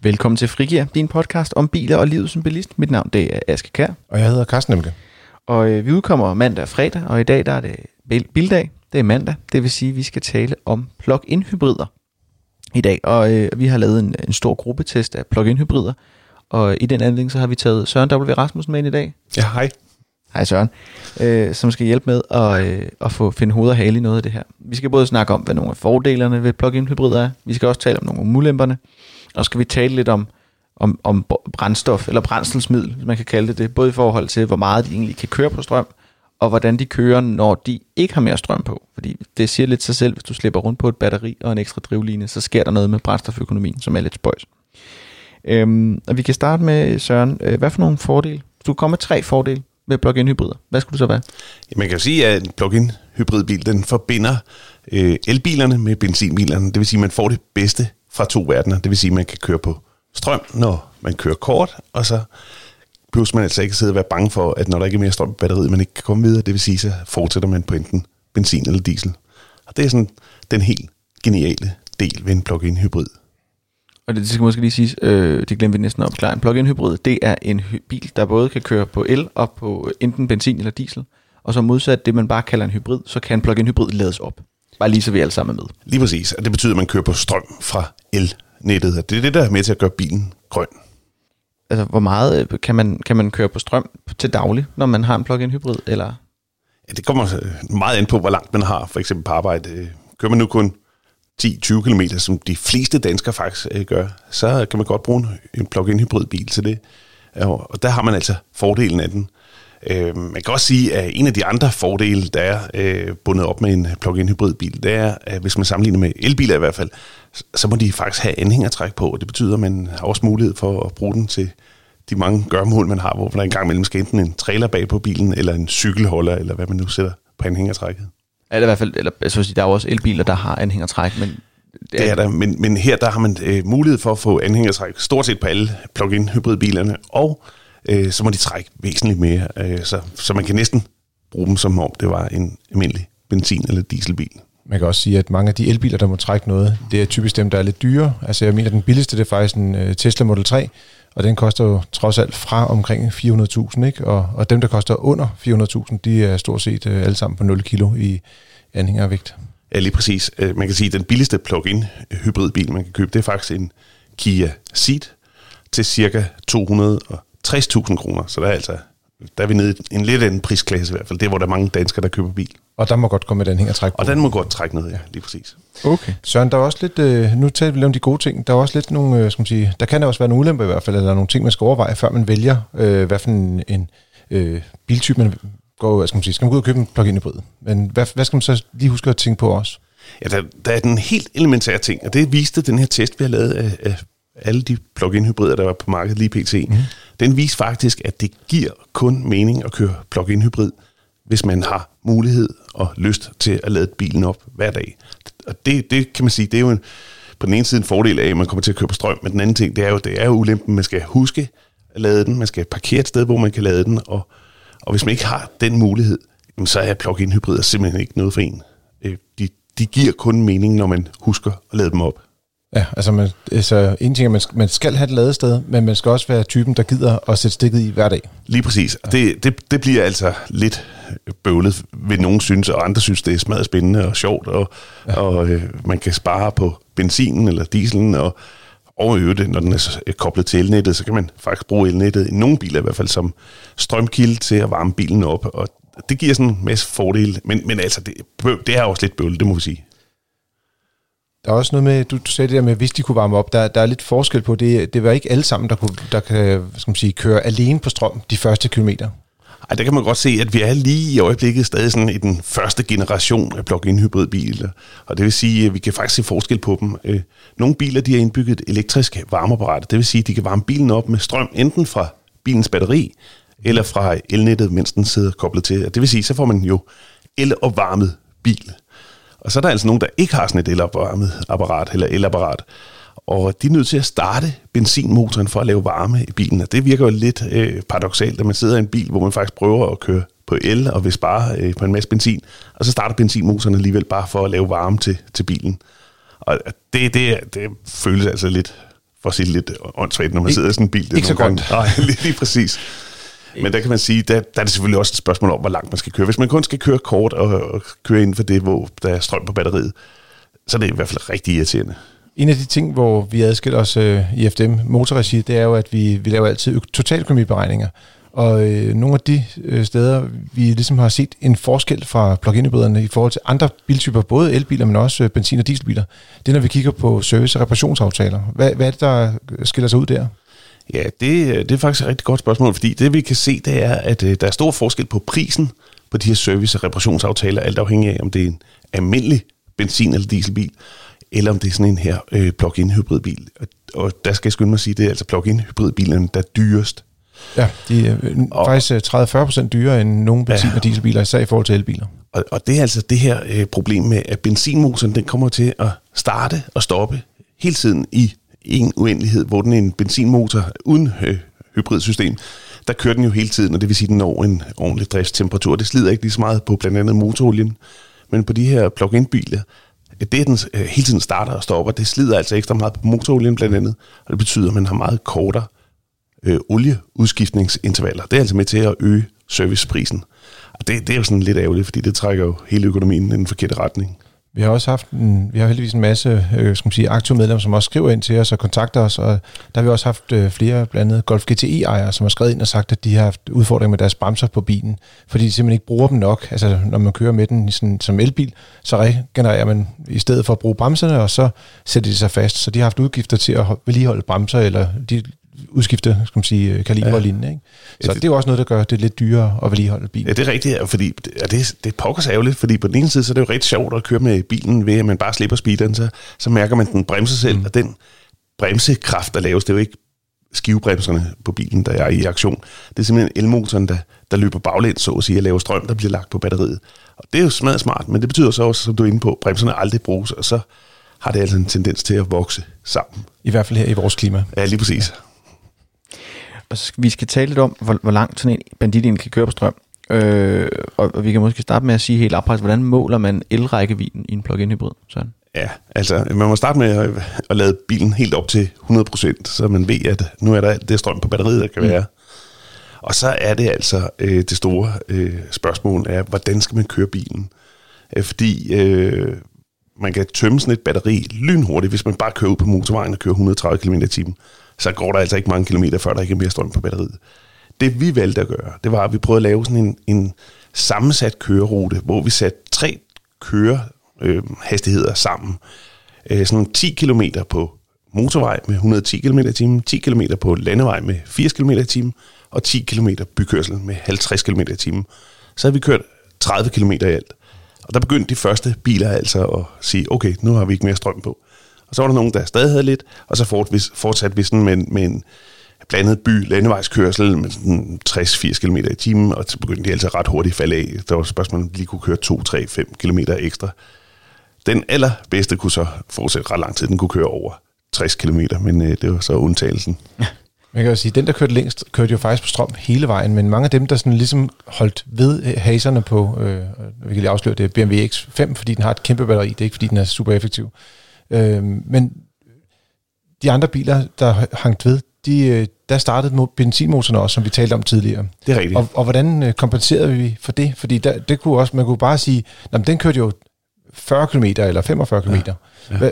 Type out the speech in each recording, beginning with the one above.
Velkommen til Frigir, din podcast om biler og livet som bilist. Mit navn det er Aske Kjær. Og jeg hedder Carsten Nemke. Og vi udkommer mandag og fredag, og i dag der er det bildag. Det er mandag, det vil sige, at vi skal tale om plug-in hybrider i dag. Og vi har lavet en stor gruppetest af plug-in hybrider. Og i den anledning så har vi taget Søren W. Rasmussen med ind i dag. Ja, hej. Hej Søren, som skal hjælpe med at finde hoved og hale i noget af det her. Vi skal både snakke om, hvad nogle af fordelene ved plug-in hybrider er. Vi skal også tale om nogle af ulemperne. Og skal vi tale lidt om brændstof, eller brændselsmiddel, man kan kalde det, både i forhold til, hvor meget de egentlig kan køre på strøm, og hvordan de kører, når de ikke har mere strøm på. Fordi det siger lidt sig selv, hvis du slipper rundt på et batteri og en ekstra drivline, så sker der noget med brændstoføkonomien, som er lidt spøjs. Og vi kan starte med, Søren, hvad for nogle fordele? Du kommer med 3 fordele ved plug-in hybrider. Hvad skulle det så være? Man kan jo sige, at en plug-in hybridbil, den forbinder elbilerne med benzinbilerne. Det vil sige, at man får det bedste fra 2 verdener. Det vil sige, at man kan køre på strøm, når man kører kort, og så pludselig man altså ikke sidde og være bange for, at når der ikke er mere strøm på batteriet, man ikke kan komme videre. Det vil sige, så fortsætter man på enten benzin eller diesel. Og det er sådan den helt geniale del ved en plug-in hybrid. Og det skal måske lige siges, det glemte vi næsten at opklare. En plug-in hybrid, det er en bil, der både kan køre på el og på enten benzin eller diesel. Og så modsat det, man bare kalder en hybrid, så kan en plug-in hybrid lades op. Bare lige så vi alle sammen er med. Lige præcis, og det betyder, at man kører på strøm fra elnettet. Og det er det, der er med til at gøre bilen grøn. Altså, hvor meget kan man køre på strøm til daglig, når man har en plug-in hybrid? Eller? Ja, det kommer meget an på, hvor langt man har, for eksempel på arbejde. Kører man nu kun 10-20 km, som de fleste danskere faktisk gør, så kan man godt bruge en plug-in hybridbil til det. Og der har man altså fordelen af den. Man kan også sige, at en af de andre fordele, der er bundet op med en plug-in hybridbil, det er, at hvis man sammenligner med elbiler i hvert fald, så må de faktisk have anhængertræk på, og det betyder, at man har også mulighed for at bruge den til de mange gørmål, man har, hvor der engang imellem skal enten en trailer bag på bilen, eller en cykelholder, eller hvad man nu sætter på anhængertrækket. Ja, det er i hvert fald, eller så sige, der er jo også elbiler, der har anhængertræk, men det er der, men her der har man mulighed for at få anhængertræk stort set på alle plug-in hybridbilerne, og så må de trække væsentligt mere, så man kan næsten bruge dem, som om det var en almindelig benzin- eller dieselbil. Man kan også sige, at mange af de elbiler, der må trække noget, det er typisk dem, der er lidt dyre. Altså jeg mener, den billigste, det er faktisk en Tesla Model 3, og den koster jo trods alt fra omkring 400.000, ikke? Og dem, der koster under 400.000, de er stort set alle sammen på 0 kilo i anhængervægt. Ja, lige præcis. Man kan sige, at den billigste plug-in hybridbil, man kan købe, det er faktisk en Kia Ceed til cirka 260.000 kroner. Så der er vi nede i en lidt anden prisklasse i hvert fald. Det er, hvor der er mange danskere, der køber bil. Og der må godt komme et anhængertræk på. Og den må godt trække noget, ja, lige præcis. Okay. Søren, der er også lidt, nu taler vi lidt om de gode ting, der er også lidt nogle, skal man sige, der kan også være nogle ulemper i hvert fald, eller nogle ting, man skal overveje, før man vælger, hvad for en biltype man går, skal man sige, skal man gå ud og købe en plug-in hybrid. Men hvad skal man så lige huske at tænke på også? Ja, der er den helt elementære ting, og det viste den her test, vi har lavet af alle de plug-in hybrider, der var på markedet lige pt. Den viste faktisk, at det giver kun mening at køre plug-in hybrid, hvis man har mulighed og lyst til at lade bilen op hver dag. Og det kan man sige, det er jo på den ene side en fordel af, at man kommer til at køre på strøm, men den anden ting, det er jo ulempen, man skal huske at lade den, man skal parkere et sted, hvor man kan lade den, og hvis man ikke har den mulighed, så er plug-in hybrider simpelthen ikke noget for en. De giver kun mening, når man husker at lade dem op. Ja, altså en ting er, at man skal have et ladested, men man skal også være typen, der gider at sætte stikket i hver dag. Lige præcis. Ja. Det bliver altså lidt bøvlet, ved nogen synes, og andre synes, det er smadret spændende og sjovt, og man kan spare på benzinen eller dieselen, og i øvrigt, når den er koblet til elnettet, så kan man faktisk bruge elnettet i nogle biler i hvert fald som strømkilde til at varme bilen op, og det giver sådan en masse fordele, men altså, det er også lidt bøvlet, det må vi sige. Der er også noget med, du sagde det der med, hvis de kunne varme op, der er lidt forskel på det. Det var ikke alle sammen, der kan skal man sige, køre alene på strøm de første kilometer. Ej, der kan man godt se, at vi er lige i øjeblikket stadig sådan i den første generation af plug-in hybridbiler. Og det vil sige, at vi kan faktisk se forskel på dem. Nogle biler, de har indbygget et elektrisk varmeapparat. Det vil sige, at de kan varme bilen op med strøm, enten fra bilens batteri, eller fra elnettet, mens den sidder koblet til. Og det vil sige, så får man jo elopvarmet bil. Og så er der altså nogen, der ikke har sådan et elopvarmet apparat eller elapparat. Og de er nødt til at starte benzinmotoren for at lave varme i bilen. Og det virker jo lidt paradoksalt, at man sidder i en bil, hvor man faktisk prøver at køre på el og vil spare på en masse benzin. Og så starter benzinmotoren alligevel bare for at lave varme til bilen. Og det føles altså lidt for at sige lidt åndssvagt, når man sidder i sådan en bil. Ikke så godt. Nej, lige præcis. Men der kan man sige, der er det selvfølgelig også et spørgsmål om, hvor langt man skal køre. Hvis man kun skal køre kort og køre inden for det, hvor der er strøm på batteriet, så er det i hvert fald rigtig irriterende. En af de ting, hvor vi adskiller os i FDM motorregi, det er jo, at vi laver altid totaløkonomiberegninger. Og nogle af de steder, vi ligesom har set en forskel fra plug-in-hybriderne i forhold til andre biltyper, både elbiler, men også benzin- og dieselbiler, det er, når vi kigger på service- og reparationsaftaler. Hvad er det, der skiller sig ud der? Ja, det er faktisk et rigtig godt spørgsmål, fordi det vi kan se, det er, at der er stor forskel på prisen på de her service- og reparationsaftaler, alt afhængig af, om det er en almindelig benzin- eller dieselbil, eller om det er sådan en her plug-in hybridbil. Og der skal jeg skynde mig at sige, det er altså plug-in hybridbilerne, der er dyrest. Ja, de er faktisk 30-40% dyrere end nogle benzin- og dieselbiler, især i forhold til elbiler. Og det er altså det her problem med, at benzinmotoren den kommer til at starte og stoppe hele tiden i en uendelighed, hvor den er en benzinmotor uden hybridsystem. Der kører den jo hele tiden, og det vil sige, at den når en ordentlig driftstemperatur. Det slider ikke lige så meget på blandt andet motorolien, men på de her plug-in-biler, det den hele tiden starter og stopper, det slider altså ekstra meget på motorolien blandt andet, og det betyder, at man har meget kortere olieudskiftningsintervaller. Det er altså med til at øge serviceprisen. Og det er jo sådan lidt ærgerligt, fordi det trækker jo hele økonomien i den forkerte retning. Vi har også vi har heldigvis en masse aktive medlemmer, som også skriver ind til os og kontakter os, og der har vi også haft flere blandt andet Golf GTI-ejere, som har skrevet ind og sagt, at de har haft udfordringer med deres bremser på bilen, fordi de simpelthen ikke bruger dem nok. Altså når man kører med den sådan, som elbil, så regenererer man i stedet for at bruge bremserne, og så sætter de sig fast. Så de har haft udgifter til at vedligeholde bremser, eller de udskifte, kaliber og lignende. Ikke? Så det er jo også noget, der gør det lidt dyrere at vedligeholde bilen. Ja, det er rigtigt, fordi det er pokkers ærgerligt, fordi på den ene side, så er det jo rigtig sjovt at køre med bilen ved, at man bare slipper speederen, så mærker man den bremse selv, og den bremsekraft, der laves, det er jo ikke skivebremserne på bilen, der er i aktion. Det er simpelthen elmotoren, der løber baglæns, så at sige, at lave strøm, der bliver lagt på batteriet. Og det er jo smadret smart, men det betyder så også, som du er inde på, bremserne aldrig bruges, og så har det altså en tendens til at vokse sammen. I hvert fald her i vores klima. Ja, lige præcis. Ja. Og vi skal tale lidt om, hvor langt sådan en bandit egentlig kan køre på strøm. Og vi kan måske starte med at sige helt oprejst, hvordan måler man elrækkevidden i en plug-in hybrid? Sådan. Ja, altså man må starte med at lade bilen helt op til 100%, så man ved, at nu er der alt det strøm på batteriet, der kan være. Og så er det altså det store spørgsmål er, hvordan skal man køre bilen? Fordi man kan tømme sådan et batteri lynhurtigt, hvis man bare kører ud på motorvejen og kører 130 km/t. Så går der altså ikke mange kilometer, før der ikke er mere strøm på batteriet. Det vi valgte at gøre, det var, at vi prøvede at lave sådan en sammensat kørerute, hvor vi satte 3 kørehastigheder sammen. Sådan 10 km på motorvej med 110 km/t, 10 km på landevej med 80 km/t, og 10 km bykørsel med 50 km/t. Så havde vi kørt 30 km i alt. Og der begyndte de første biler altså at sige, okay, nu har vi ikke mere strøm på. Og så var der nogen, der stadig havde lidt, og så fortsatte vi sådan med en blandet by-landevejskørsel med 60-80 km/t, og så begyndte de altså ret hurtigt at falde af. Der var et spørgsmål, om de lige kunne køre 2-3-5 km ekstra. Den allerbedste kunne så fortsætte ret lang tid. Den kunne køre over 60 km, men det var så undtagelsen. Man kan jo sige, at den, der kørte længst, kørte jo faktisk på strøm hele vejen, men mange af dem, der sådan ligesom holdt ved haserne på, vi kan lige afsløre, det er BMW X5, fordi den har et kæmpe batteri, det er ikke fordi, den er super effektiv. Men de andre biler, der hang ved, der startede benzinmotorerne også, som vi talte om tidligere. Det er rigtigt. Og hvordan kompenserede vi for det? Fordi det kunne også, man kunne bare sige, den kørte jo 40 km eller 45 km. Ja.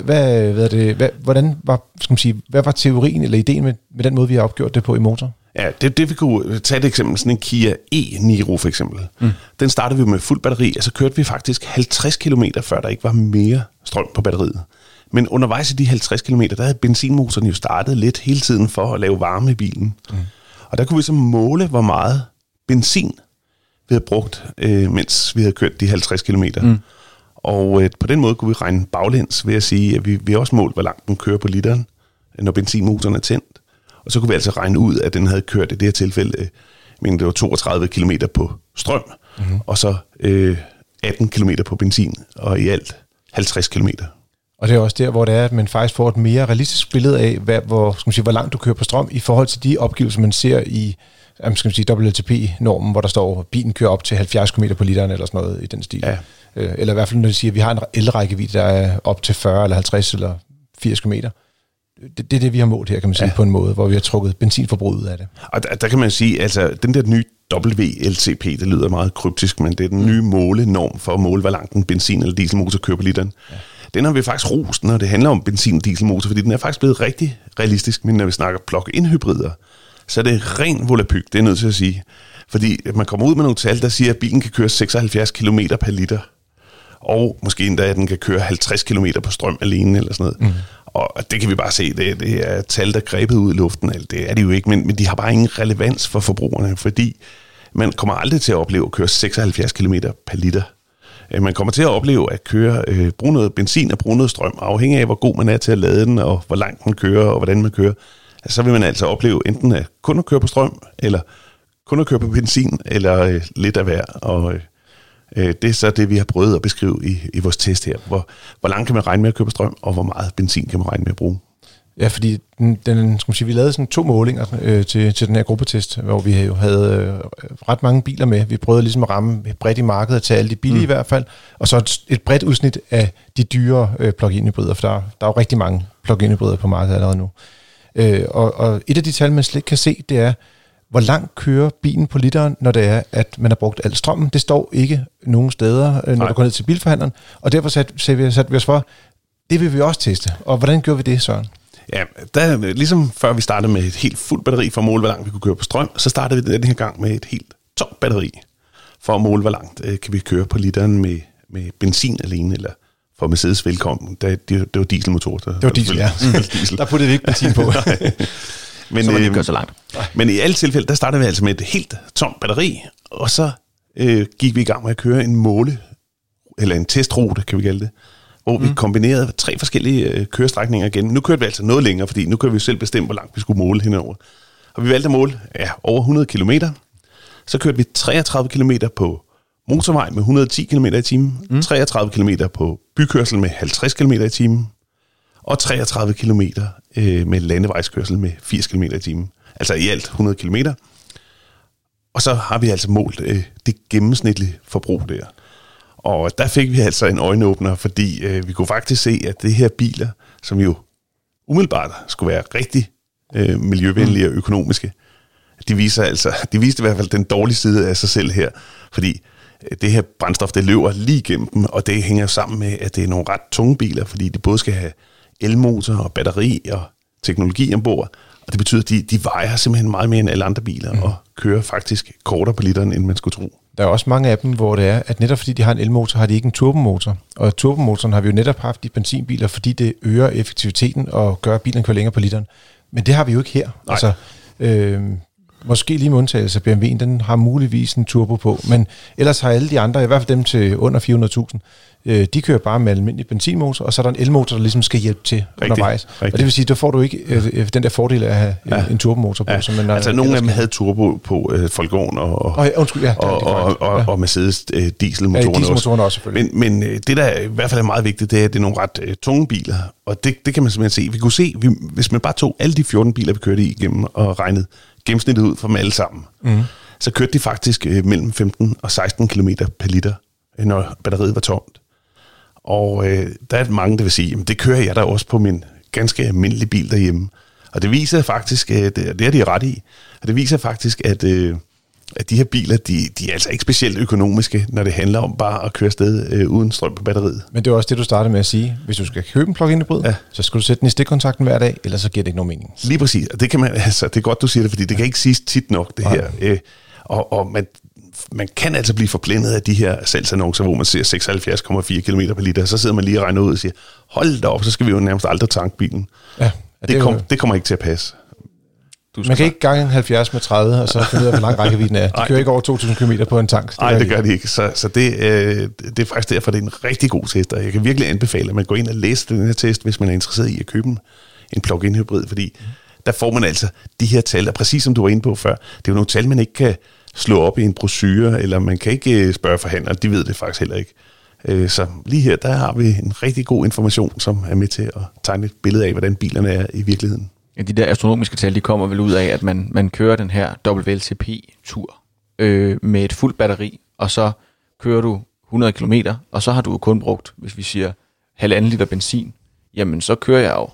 Hvad var teorien eller ideen med den måde, vi har opgjort det på i motor? Ja, det vi kunne tage et eksempel, sådan en Kia e-Niro for eksempel. Den startede vi med fuld batteri, og så kørte vi faktisk 50 km, før der ikke var mere strøm på batteriet. Men undervejs i de 50 km, der havde benzinmotoren jo startet lidt hele tiden for at lave varme i bilen. Og der kunne vi så måle, hvor meget benzin vi havde brugt, mens vi havde kørt de 50 km. Og på den måde kunne vi regne baglæns ved at sige, at vi også målt, hvor langt den kører på literen, når benzinmotoren er tændt. Og så kunne vi altså regne ud, at den havde kørt i det her tilfælde, men det var 32 km på strøm, og så 18 km på benzin, og i alt 50 km. Og det er også der, hvor det er, at man faktisk får et mere realistisk billede af, hvor langt du kører på strøm, i forhold til de opgivelser, man ser i WLTP-normen, hvor der står, at bilen kører op til 70 km på literen, eller sådan noget i den stil. Ja. Eller i hvert fald, når de siger, at vi har en elrækkevidde, der er op til 40 eller 50 eller 80 km. det er det, vi har målt her, kan man sige, på en måde, hvor vi har trukket benzinforbruget ud af det. Og der kan man sige, altså den der nye WLTP, det lyder meget kryptisk, men det er den nye målenorm for at måle, hvor langt en benzin- eller dieselmotor kører på literen. Ja. Den har vi faktisk rost, når det handler om benzin- og dieselmotor, fordi den er faktisk blevet rigtig realistisk, men når vi snakker plug-in-hybrider, så er det ren volapyk, det er nødt til at sige. Fordi man kommer ud med nogle tal, der siger, at bilen kan køre 76 km per liter, og måske endda, at den kan køre 50 km på strøm alene, eller sådan noget. Mm. Og det kan vi bare se, det er tal, der er grebet ud i luften. Det er de jo ikke, men de har bare ingen relevans for forbrugerne, fordi man kommer aldrig til at opleve at køre 76 km per liter. Man kommer til at opleve at bruge noget benzin og bruge noget strøm, afhængig af, hvor god man er til at lade den, og hvor langt den kører, og hvordan man kører. Så vil man altså opleve enten at kun at køre på strøm, eller kun at køre på benzin, eller lidt af hver. Og det er så det, vi har prøvet at beskrive i vores test her. Hvor langt kan man regne med at køre på strøm, og hvor meget benzin kan man regne med at bruge. Ja, fordi vi lavede sådan 2 målinger til den her gruppetest, hvor vi jo havde ret mange biler med. Vi prøvede ligesom at ramme bredt i markedet til alle de billige i hvert fald, og så et bredt udsnit af de dyre plug-in-hybrider, for der er jo rigtig mange plug-in-hybrider på markedet allerede nu. Og et af de tal, man slet ikke kan se, det er, hvor langt kører bilen på literen, når det er, at man har brugt al strømmen. Det står ikke nogen steder, når du går ned til bilforhandleren, og derfor satte vi os for, det vil vi også teste. Og hvordan gjorde vi det, Søren? Ja, ligesom før vi startede med et helt fuldt batteri for at måle, hvor langt vi kunne køre på strøm, så startede vi den her gang med et helt tomt batteri for at måle, hvor langt kan vi køre på literen med benzin alene, eller for Mercedes velkommen. Det var dieselmotor. Det var diesel, ja. Diesel. Der puttede vi ikke benzin på. Men, så man ikke så langt. Men i alle tilfælde, der startede vi altså med et helt tomt batteri, og så gik vi i gang med at køre en testrute, kan vi kalde det, hvor vi kombinerede 3 forskellige kørestrækninger igen. Nu kørte vi altså noget længere, fordi nu kan vi jo selv bestemme, hvor langt vi skulle måle henover. Og vi valgte at måle over 100 km. Så kørte vi 33 km på motorvej med 110 km i timen, 33 km på bykørsel med 50 km i timen, og 33 km med landevejskørsel med 80 km i timen. Altså i alt 100 km. Og så har vi altså målt det gennemsnitlige forbrug der. Og der fik vi altså en øjenåbner, fordi vi kunne faktisk se, at det her biler, som jo umiddelbart skulle være rigtig miljøvenlige og økonomiske, de viste i hvert fald den dårlige side af sig selv her, fordi det her brændstof, det løber lige igennem dem, og det hænger sammen med, at det er nogle ret tunge biler, fordi de både skal have elmotor og batteri og teknologi ombord, og det betyder, at de vejer simpelthen meget mere end alle andre biler, og kører faktisk kortere på literen, end man skulle tro. Der er også mange af dem, hvor det er, at netop fordi de har en elmotor, har de ikke en turbomotor. Og turbomotoren har vi jo netop haft i benzinbiler, fordi det øger effektiviteten og gør, at bilen kører længere på literen. Men det har vi jo ikke her. Nej. Altså, måske lige med undtagelse af BMW'en, den har muligvis en turbo på, men ellers har alle de andre, i hvert fald dem til under 400.000, de kører bare med almindelig benzinmotor, og så er der en elmotor, der ligesom skal hjælpe til undervejs. Og det vil sige, der får du ikke den der fordel af at have en turbomotor på. Som man altså nogle af dem havde turbo på Volkswagen og Mercedes dieselmotorerne også selvfølgelig. Men det, der i hvert fald er meget vigtigt, det er, at det er nogle ret tunge biler, og det kan man simpelthen se. Vi kunne se, hvis man bare tog alle de 14 biler, vi kørte igennem, og regnede gennemsnittet ud for dem alle sammen, så kørte de faktisk mellem 15 og 16 km per liter, når batteriet var tomt. Og der er mange, der vil sige, jamen det kører jeg da også på min ganske almindelige bil derhjemme. Og det viser faktisk, det er de ret i, og det viser faktisk, at de her biler, de er altså ikke specielt økonomiske, når det handler om bare at køre afsted uden strøm på batteriet. Men det er også det, du startede med at sige. Hvis du skal købe en plug-in hybrid, så skal du sætte den i stikkontakten hver dag, ellers så giver det ikke nogen mening. Lige præcis, og det kan man, altså, det er godt, du siger det, fordi det kan ikke siges tit nok, det her. Og man kan altså blive forblændet af de her salgsannoncer, hvor man ser 76,4 km per liter, så sidder man lige og regner ud og siger, hold da op, så skal vi jo nærmest aldrig tanke bilen. Ja, det kommer ikke til at passe. Man kan ikke gange 70 med 30, og så finde ud af, hvor lang rækkevidden er. De kører ikke over 2.000 km på en tank. Nej, det gør de ikke. Så det er faktisk derfor, det er en rigtig god test, og jeg kan virkelig anbefale, at man går ind og læser den her test, hvis man er interesseret i at købe en plug-in hybrid, fordi der får man altså de her tal, og præcis som du var inde på før, det er jo nogle tal, man ikke kan slå op i en brochure, eller man kan ikke spørge forhandlere, de ved det faktisk heller ikke. Så lige her, der har vi en rigtig god information, som er med til at tegne et billede af, hvordan bilerne er i virkeligheden. Ja, de der astronomiske tal, de kommer vel ud af, at man kører den her WLTP-tur med et fuldt batteri, og så kører du 100 km, og så har du kun brugt, hvis vi siger 1,5 liter benzin, jamen så kører jeg jo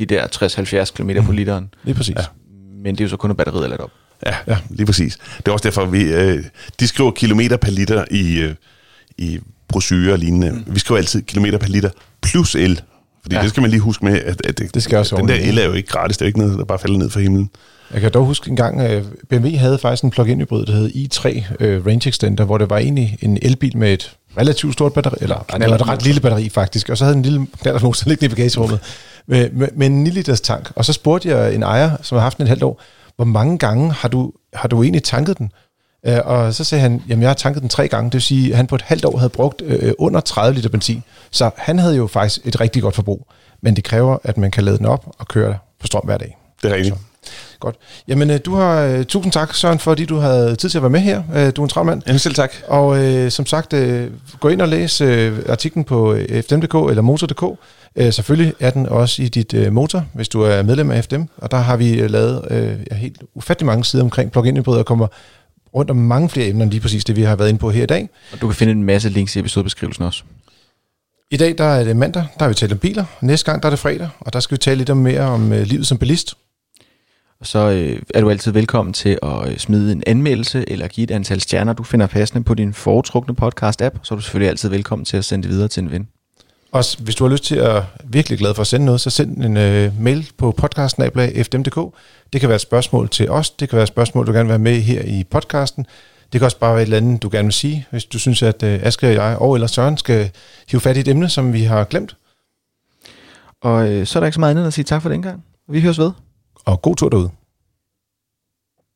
de der 60-70 km på literen. Lige præcis. Ja. Men det er jo så kun, at batteriet er ladt op. Ja, lige præcis. Det er også derfor, de skriver kilometer per liter i brochurer og lignende. Vi skriver altid kilometer per liter plus el. Fordi det skal man lige huske med, at det skal også den der el er jo ikke gratis. Det er jo ikke noget, der bare falder ned fra himlen. Jeg kan dog huske en gang, BMW havde faktisk en plug-in hybrid, der hed i3 Range Extender, hvor det var egentlig en elbil med et relativt stort batteri, eller et ret lille batteri faktisk, og så havde den en lille knallertmotor liggende i bagagerummet med en 9 liters tank. Og så spurgte jeg en ejer, som har haft den et halvt år, hvor mange gange har du egentlig tanket den? Og så sagde han, jamen jeg har tanket den 3 gange, det vil sige, at han på et halvt år havde brugt under 30 liter benzin. Så han havde jo faktisk et rigtig godt forbrug, men det kræver, at man kan lade den op og køre på strøm hver dag. Det er rigtigt. Godt. Jamen, du har tusind tak, Søren, fordi du havde tid til at være med her. Du er en travl mand. Jamen, selv tak. Og som sagt, gå ind og læs artiklen på FDM.dk eller Motor.dk. Selvfølgelig er den også i dit motor, hvis du er medlem af FDM. Og der har vi lavet helt ufattelig mange sider omkring plug-in hybrid og kommer rundt om mange flere emner end lige præcis det, vi har været inde på her i dag. Og du kan finde en masse links i episodebeskrivelsen også. I dag der er det mandag, der har vi talt om biler. Næste gang der er det fredag, og der skal vi tale lidt mere om livet som bilist. Og så er du altid velkommen til at smide en anmeldelse eller give et antal stjerner, du finder passende på din foretrukne podcast-app. Så er du selvfølgelig altid velkommen til at sende det videre til en ven. Også hvis du har lyst til at virkelig glad for at sende noget, så send en mail på podcast@fdm.dk. Det kan være et spørgsmål til os. Det kan være et spørgsmål, du gerne vil have med her i podcasten. Det kan også bare være et eller andet, du gerne vil sige. Hvis du synes, at Asger og jeg eller Søren skal hive fat i et emne, som vi har glemt. Og så er der ikke så meget andet at sige tak for den gang. Vi høres ved. Og god tur derude.